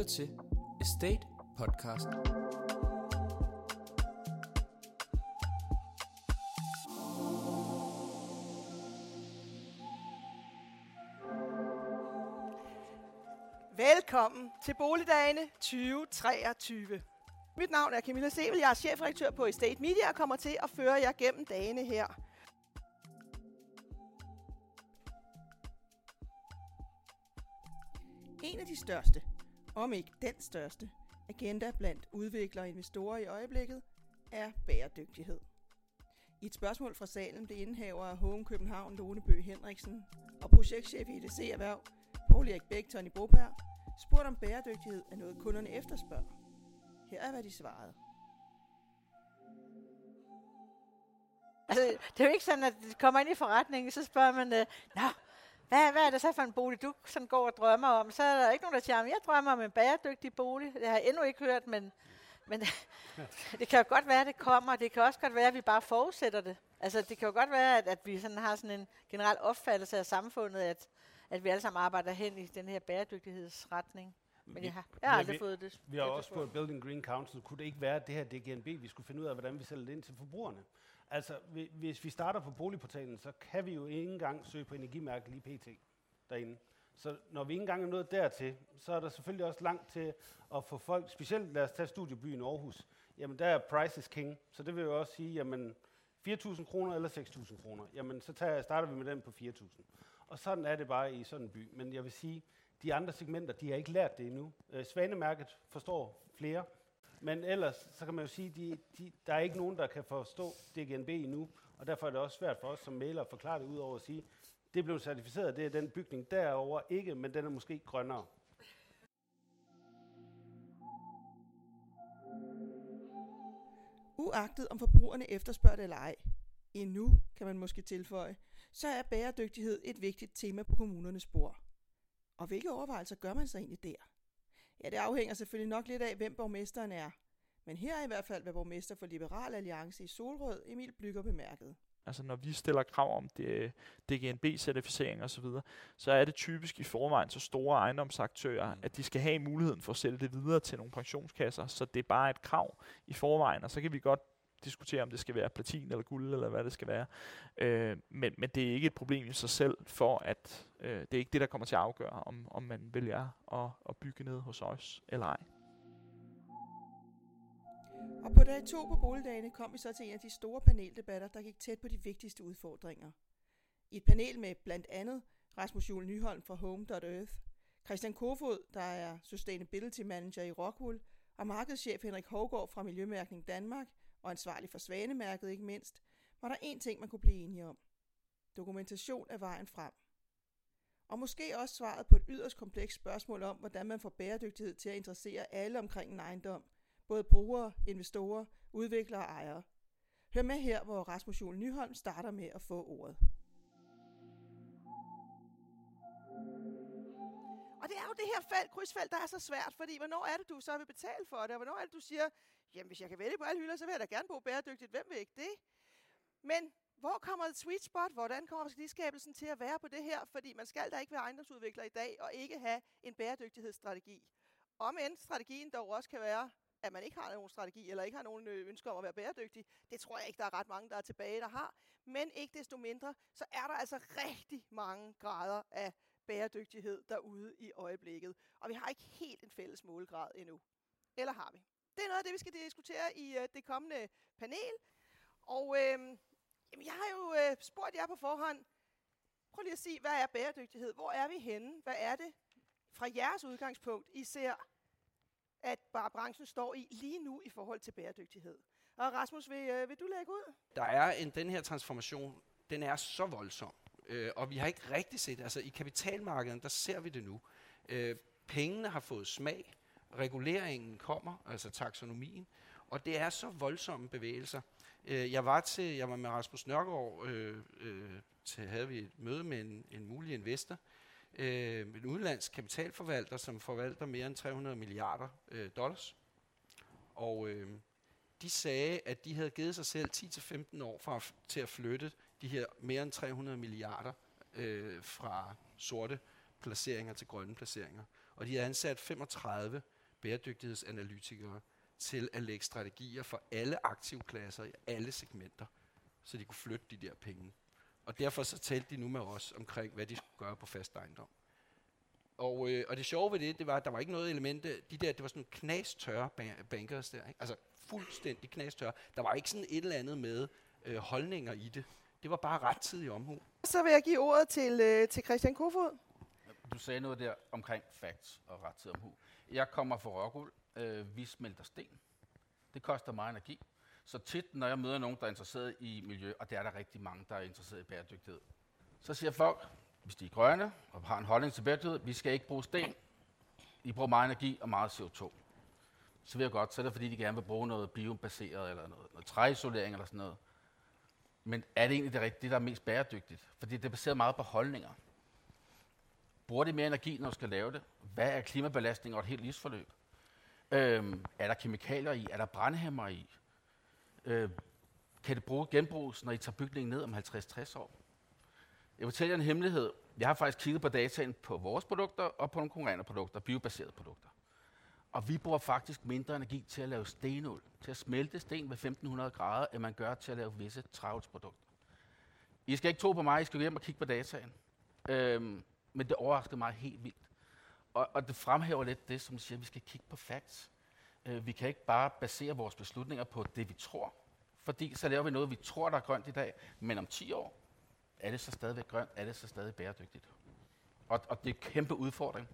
lytter til Estate Podcast. Velkommen til Boligdagene 2023. Mit navn er Camilla Sevel, jeg er chefredaktør på Estate Media og kommer til at føre jer gennem dagene her. En af de største, om ikke den største, agenda blandt udviklere og investorer i øjeblikket er bæredygtighed. I et spørgsmål fra salen blev indehaver af Home København Lone Bøgh Henriksen og projektchef i EDC Erhverv Poul Erik Bæk Tony Broberg spurgt om bæredygtighed er noget kunderne efterspørger. Her er hvad de svarede. Altså, det er jo ikke sådan, at de kommer ind i forretningen, så spørger man, hvad er det så for en bolig, du sådan går og drømmer om? Så er der ikke nogen, der siger, jeg drømmer om en bæredygtig bolig. Det har jeg endnu ikke hørt, men det kan jo godt være, at det kommer. Det kan også godt være, at vi bare forudsætter det. Altså, det kan jo godt være, at vi sådan har sådan en generel opfattelse af samfundet, at vi alle sammen arbejder hen i den her bæredygtighedsretning. Men jeg har aldrig fået det. Vi har også på Building Green Council, kunne det ikke være det her DGNB, vi skulle finde ud af, hvordan vi sælger det ind til forbrugerne. Altså, hvis vi starter på boligportalen, så kan vi jo ikke engang søge på energimærke lige pt. derinde. Så når vi ikke engang er nået dertil, så er der selvfølgelig også langt til at få folk, specielt lad os tage studiebyen Aarhus, jamen der er price is king, så det vil jo også sige, jamen 4.000 kroner eller 6.000 kroner, jamen så starter vi med den på 4.000. Og sådan er det bare i sådan en by. Men jeg vil sige, de andre segmenter, de har ikke lært det endnu. Svanemærket forstår flere, men ellers så kan man jo sige, der er ikke nogen, der kan forstå DGNB endnu, og derfor er det også svært for os som mailer at forklare det ud over at sige, det blev certificeret, det er den bygning derover ikke, men den er måske grønnere. Uagtet om forbrugerne efterspørger det eller ej, endnu kan man måske tilføje, så er bæredygtighed et vigtigt tema på kommunernes bord. Og hvilke overvejelser gør man så egentlig der? Ja, det afhænger selvfølgelig nok lidt af, hvem borgmesteren er. Men her er i hvert fald, hvad borgmester for Liberal Alliance i Solrød, Emil Blücher, bemærkede. Altså når vi stiller krav om DGNB-certificering osv., så er det typisk i forvejen så store ejendomsaktører, at de skal have muligheden for at sælge det videre til nogle pensionskasser. Så det er bare et krav i forvejen, og så kan vi godt diskutere, om det skal være platin eller guld, eller hvad det skal være. Men det er ikke et problem i sig selv, for at det er ikke det, der kommer til at afgøre, om man vælger at bygge ned hos os eller ej. Og på dag 2 på Boligdagene kom vi så til en af de store paneldebatter, der gik tæt på de vigtigste udfordringer. I et panel med blandt andet Rasmus Juhl Nyholm fra Home.Earth, Christian Kofod, der er Sustainability Manager i Rockwool, og markedschef Henrik Hovgaard fra Miljømærkning Danmark, og ansvarlig for Svanemærket ikke mindst, var der én ting, man kunne blive enige om. Dokumentation er vejen frem. Og måske også svaret på et yderst komplekst spørgsmål om, hvordan man får bæredygtighed til at interessere alle omkring en ejendom, både brugere, investorer, udviklere og ejere. Hør med her, hvor Rasmus Juhl Nyholm starter med at få ordet. Og det er jo det her krydsfelt, der er så svært, fordi hvornår er det, du så vil betale for det, og hvornår er det, du siger, jamen hvis jeg kan vælge på alle hylder, så vil jeg da gerne bo bæredygtigt, hvem vil ikke det? Men hvor kommer et sweet spot, hvordan kommer værdiskabelsen til at være på det her, fordi man skal da ikke være ejendomsudvikler i dag, og ikke have en bæredygtighedsstrategi. Om end strategien dog også kan være, at man ikke har nogen strategi, eller ikke har nogen ønsker om at være bæredygtig. Det tror jeg ikke, der er ret mange, der er tilbage, der har. Men ikke desto mindre, så er der altså rigtig mange grader af bæredygtighed derude i øjeblikket. Og vi har ikke helt en fælles målgrad endnu. Eller har vi? Det er noget af det, vi skal diskutere i det kommende panel. Og jeg har jo spurgt jer på forhånd. Prøv lige at sige, hvad er bæredygtighed? Hvor er vi henne? Hvad er det fra jeres udgangspunkt, I ser, at bare branchen står i lige nu i forhold til bæredygtighed? Og Rasmus, vil du lægge ud? Der er den her transformation, den er så voldsom. Og vi har ikke rigtig set, altså i kapitalmarkedet, der ser vi det nu. Pengene har fået smag, reguleringen kommer, altså taksonomien, og det er så voldsomme bevægelser. Jeg var med Rasmus Nørgaard, havde vi et møde med en mulig investor, en udenlandsk kapitalforvalter, som forvalter mere end 300 milliarder dollars. Og de sagde, at de havde givet sig selv 10-15 år til at flytte de her mere end 300 milliarder fra sorte placeringer til grønne placeringer. Og de har ansat 35 bæredygtighedsanalytikere til at lægge strategier for alle aktivklasser i alle segmenter, så de kunne flytte de der penge. Og derfor så talte de nu med os omkring, hvad de skulle gøre på fast ejendom. Og det sjove ved det var, at der var ikke noget element, det var sådan knastørre bankers der, ikke? Altså fuldstændig knastørre. Der var ikke sådan et eller andet med holdninger i det. Det var bare rettidig omhu. Så vil jeg give ordet til Christian Kofod. Du sagde noget der omkring facts og rettidig omhu. Jeg kommer fra Rockwool. Vi smelter sten. Det koster meget energi. Så tit, når jeg møder nogen, der er interesseret i miljø, og der er der rigtig mange, der er interesseret i bæredygtighed, så siger folk, hvis de er grønne og har en holdning til bæredygtighed, vi skal ikke bruge sten. I bruger meget energi og meget CO2. Så vil jeg godt, så er det fordi, de gerne vil bruge noget biobaseret eller noget træisolering eller sådan noget. Men er det egentlig det rigtige, det der er mest bæredygtigt? Fordi det er baseret meget på holdninger. Bruger de mere energi, når du skal lave det? Hvad er klimabelastning og et helt livsforløb? Er der kemikalier i? Er der brandhæmmer i? Kan det genbruges, når I tager bygningen ned om 50-60 år? Jeg vil fortælle jer en hemmelighed. Jeg har faktisk kigget på dataen på vores produkter og på nogle konkurrerende produkter, biobaserede produkter. Og vi bruger faktisk mindre energi til at lave stenuld, til at smelte sten ved 1500 grader, end man gør til at lave visse trævlsprodukter. I skal ikke tro på mig, I skal hjem og kigge på dataen. Men det overrasker mig helt vildt. Og det fremhæver lidt det, som siger, at vi skal kigge på facts. Vi kan ikke bare basere vores beslutninger på det, vi tror. Fordi så laver vi noget, vi tror, der er grønt i dag, men om 10 år, er det så stadigvæk grønt, er det så stadig bæredygtigt. Og det er en kæmpe udfordring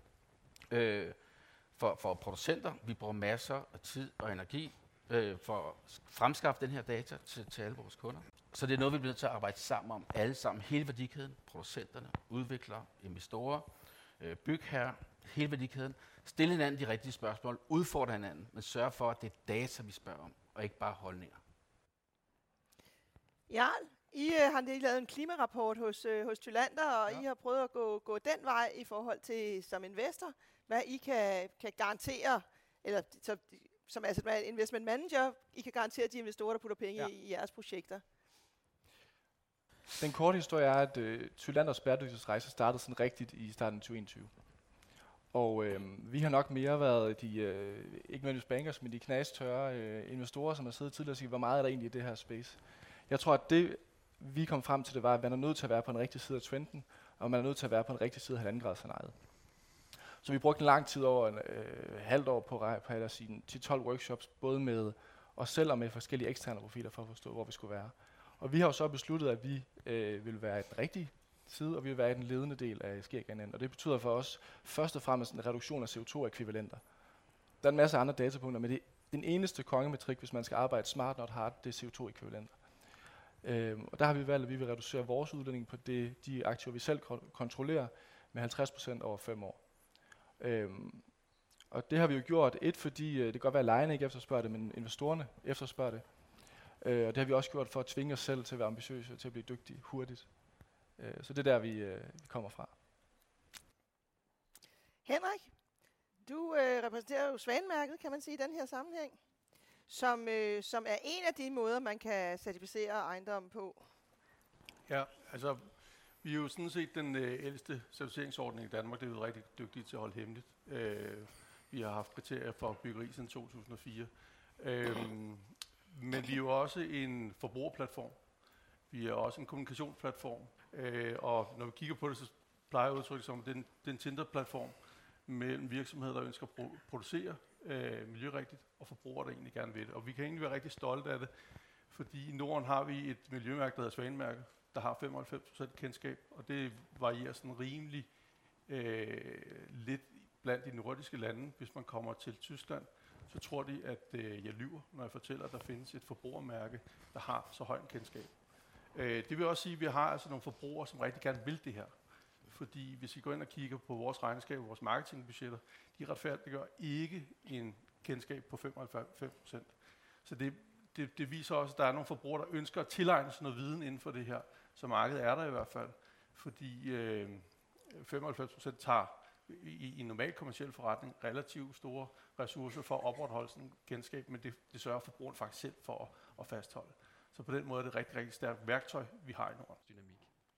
for producenter. Vi bruger masser af tid og energi for at fremskaffe den her data til alle vores kunder. Så det er noget, vi bliver nødt til at arbejde sammen om. Alle sammen, hele værdikæden, producenterne, udviklere, investorer, bygherrer, hele værdikæden. Stille hinanden de rigtige spørgsmål, udfordre hinanden, men sørge for, at det er data, vi spørger om, og ikke bare holdninger. Jarl, I har lavet en klimarapport hos Thylander, og I har prøvet at gå den vej i forhold til som investor, hvad I kan garantere, eller som asset investment manager, I kan garantere de investorer, der putter penge i jeres projekter. Den korte historie er, at Thylanders bæredygtighedsrejse startede sådan rigtigt i starten af 2021. Og vi har nok mere været de, ikke nødvendigvis bankers, men de knastørre investorer, som har siddet tidligere og sagt, hvor meget er der egentlig i det her space. Jeg tror, at det vi kom frem til, det var, at man er nødt til at være på den rigtige side af trenden, og man er nødt til at være på den rigtige side af 1,5 graders scenariet. Så vi brugte en lang tid over halvt år på at have 10-12 workshops, både med os selv og med forskellige eksterne profiler for at forstå, hvor vi skulle være. Og vi har jo så besluttet, at vi vil være i den rigtige side, og vi vil være i den ledende del af SGGNN. Og det betyder for os først og fremmest en reduktion af CO2-ekvivalenter. Der er en masse andre datapunkter, men det er den eneste kongemetrik, hvis man skal arbejde smart, not hard, det er CO2-ekvivalenter. Og der har vi valgt, at vi vil reducere vores udledning på de aktiver, vi selv kontrollerer, med 50% over 5 år. Og det har vi jo gjort, fordi det kan godt være, at lejerne ikke efterspørger det, men investorerne efterspørger det. Og det har vi også gjort for at tvinge os selv til at være ambitiøse, til at blive dygtige hurtigt. Så det er der, vi kommer fra. Henrik, du repræsenterer jo Svanemærket, kan man sige, i den her sammenhæng, som er en af de måder, man kan certificere ejendommen på. Ja, altså vi er jo sådan set den ældste certificeringsordning i Danmark. Det er vi rigtig dygtige til at holde hemmeligt. Vi har haft kriterier for byggeri siden 2004. Men vi er jo også en forbrugerplatform. Vi er også en kommunikationsplatform. Og når vi kigger på det, så plejer jeg at udtrykke som den Tinder-platform mellem virksomheder, der ønsker at producere miljørigtigt, og forbrugere, der egentlig gerne vil det. Og vi kan egentlig være rigtig stolte af det, fordi i Norden har vi et miljømærke, der hedder Svanemærket, der har 95% kendskab, og det varierer sådan rimelig lidt blandt de nordiske lande. Hvis man kommer til Tyskland, så tror de, at jeg lyver, når jeg fortæller, at der findes et forbrugermærke, der har så høj en kendskab. Det vil også sige, at vi har altså nogle forbrugere, som rigtig gerne vil det her. Fordi hvis I går ind og kigger på vores regnskab, vores marketingbudgetter, de retfærdiggør ikke en kendskab på 95%. Så det viser også, at der er nogle forbrugere, der ønsker at tilegne sig noget viden inden for det her. Så markedet er der i hvert fald. Fordi 95% tager i en normal kommerciel forretning relativt store ressourcer for at opretholde sådan en kendskab, men det sørger forbrugeren faktisk selv for at fastholde. Så på den måde er det et rigtig, rigtig stærkt værktøj, vi har i Norden. Dynamik.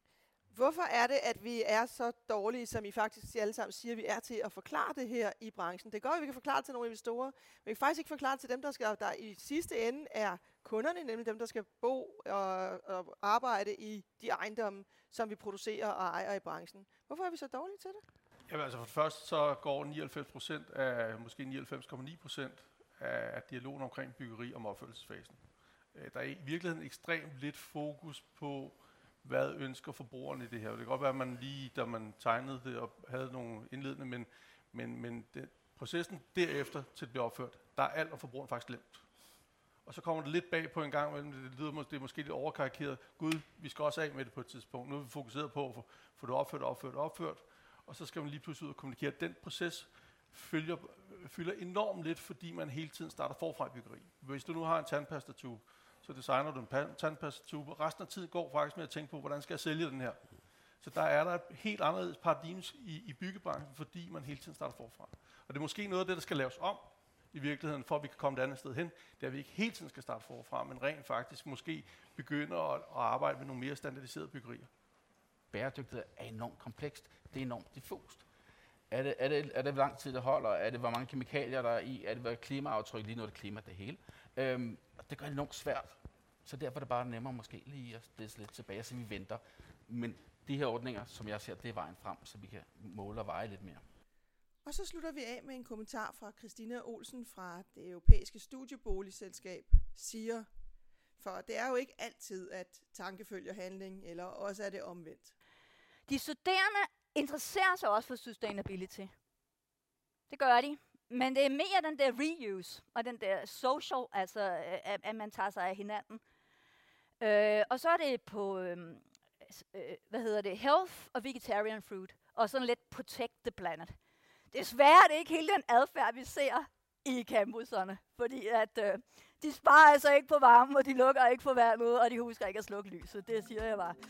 Hvorfor er det, at vi er så dårlige, som I faktisk alle sammen siger, vi er til at forklare det her i branchen? Det går, at vi kan forklare det til nogle investorer, men vi kan faktisk ikke forklare det til dem, der i sidste ende er kunderne, nemlig dem, der skal bo og arbejde i de ejendomme, som vi producerer og ejer i branchen. Hvorfor er vi så dårlige til det? Jamen altså for det første så går 99% af, måske 99,9% af dialogen omkring byggeri om opførelsesfasen. Der er i virkeligheden ekstremt lidt fokus på, hvad ønsker forbrugerne i det her. Det kan godt være, at man lige, da man tegnede det og havde nogle indledende, men processen derefter til det bliver opført, der er alt, og forbrugeren faktisk glemt. Og så kommer det lidt bag på en gang, men det er måske lidt overkarikeret. Gud, vi skal også af med det på et tidspunkt. Nu er vi fokuseret på at få det opført, og så skal man lige pludselig ud og kommunikere. Den proces fylder enormt lidt, fordi man hele tiden starter forfra i byggeri. Hvis du nu har en tandpastatube, så designer du en tandpastatube, og resten af tiden går faktisk med at tænke på, hvordan skal jeg sælge den her. Så der er et helt anderledes paradigme i byggebranchen, fordi man hele tiden starter forfra. Og det er måske noget af det, der skal laves om i virkeligheden, for at vi kan komme et andet sted hen. Det er, at vi ikke hele tiden skal starte forfra, men rent faktisk måske begynde at arbejde med nogle mere standardiserede byggerier. Bæredygtighed er enormt komplekst. Det er enormt diffust. Er det hvor lang tid det holder? Er det hvor mange kemikalier der er i? Er det hvad klimaaftryk? Lige nu er det klima det hele. Det gør det enormt svært. Så derfor er det bare nemmere måske lige at stille lidt tilbage, så vi venter. Men de her ordninger, som jeg ser, det er vejen frem, så vi kan måle og veje lidt mere. Og så slutter vi af med en kommentar fra Christina Olsen fra det europæiske studieboligselskab siger, for det er jo ikke altid, at tanke følger handling, eller også er det omvendt. De studerende interesserer sig også for sustainability. Det gør de. Men det er mere den der reuse, og den der social, altså at man tager sig af hinanden. Og så er det på, health og vegetarian fruit, og sådan lidt protect the planet. Desværre er det ikke hele den adfærd, vi ser i campuserne, fordi at de sparer altså ikke på varmen, og de lukker ikke for vandet, og de husker ikke at slukke lyset. Det siger jeg bare.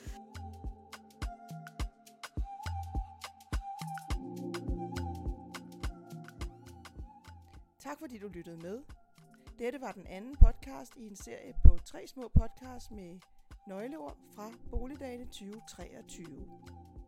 Tak fordi du lyttede med. Dette var den anden podcast i en serie på 3 små podcasts med nøgleord fra Boligdagene 2023.